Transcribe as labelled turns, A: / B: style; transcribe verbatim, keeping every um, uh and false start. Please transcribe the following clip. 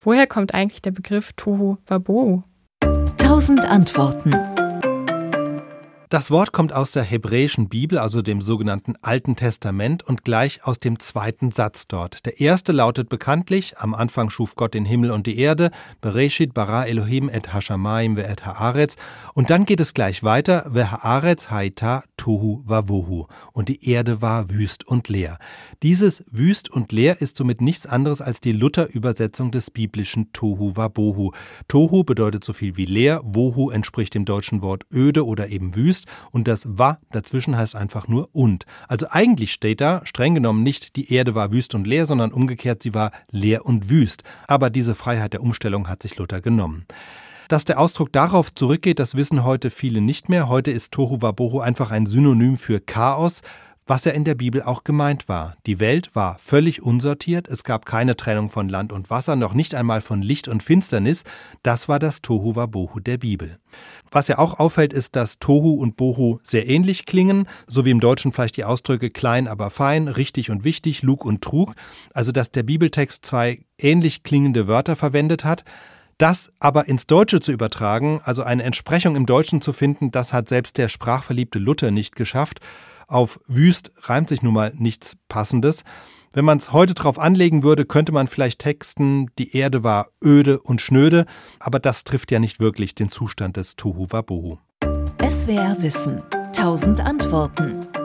A: Woher kommt eigentlich der Begriff Tohu Wabohu?
B: Tausend Antworten.
C: Das Wort kommt aus der hebräischen Bibel, also dem sogenannten Alten Testament, und gleich aus dem zweiten Satz dort. Der erste lautet bekanntlich: Am Anfang schuf Gott den Himmel und die Erde, Bereshit bara Elohim et hashamayim ve et haaretz. Und dann geht es gleich weiter, ve haaretz haita tohu vabohu. Und die Erde war wüst und leer. Dieses wüst und leer ist somit nichts anderes als die Luther-Übersetzung des biblischen Tohu Vabohu. Tohu bedeutet so viel wie leer, Wohu entspricht dem deutschen Wort öde oder eben wüst. Und das Wa dazwischen heißt einfach nur und. Also eigentlich steht da, streng genommen nicht, die Erde war wüst und leer, sondern umgekehrt, sie war leer und wüst. Aber diese Freiheit der Umstellung hat sich Luther genommen. Dass der Ausdruck darauf zurückgeht, das wissen heute viele nicht mehr. Heute ist Tohu Vabohu einfach ein Synonym für Chaos, was ja in der Bibel auch gemeint war. Die Welt war völlig unsortiert, es gab keine Trennung von Land und Wasser, noch nicht einmal von Licht und Finsternis. Das war das Tohu Vabohu der Bibel. Was ja auch auffällt, ist, dass Tohu und Bohu sehr ähnlich klingen, so wie im Deutschen vielleicht die Ausdrücke klein, aber fein, richtig und wichtig, Lug und Trug. Also dass der Bibeltext zwei ähnlich klingende Wörter verwendet hat. Das aber ins Deutsche zu übertragen, also eine Entsprechung im Deutschen zu finden, das hat selbst der sprachverliebte Luther nicht geschafft. Auf wüst reimt sich nun mal nichts Passendes. Wenn man es heute drauf anlegen würde, könnte man vielleicht texten, die Erde war öde und schnöde, aber das trifft ja nicht wirklich den Zustand des Tohu Vabohu.
B: S W R Wissen. Tausend Antworten.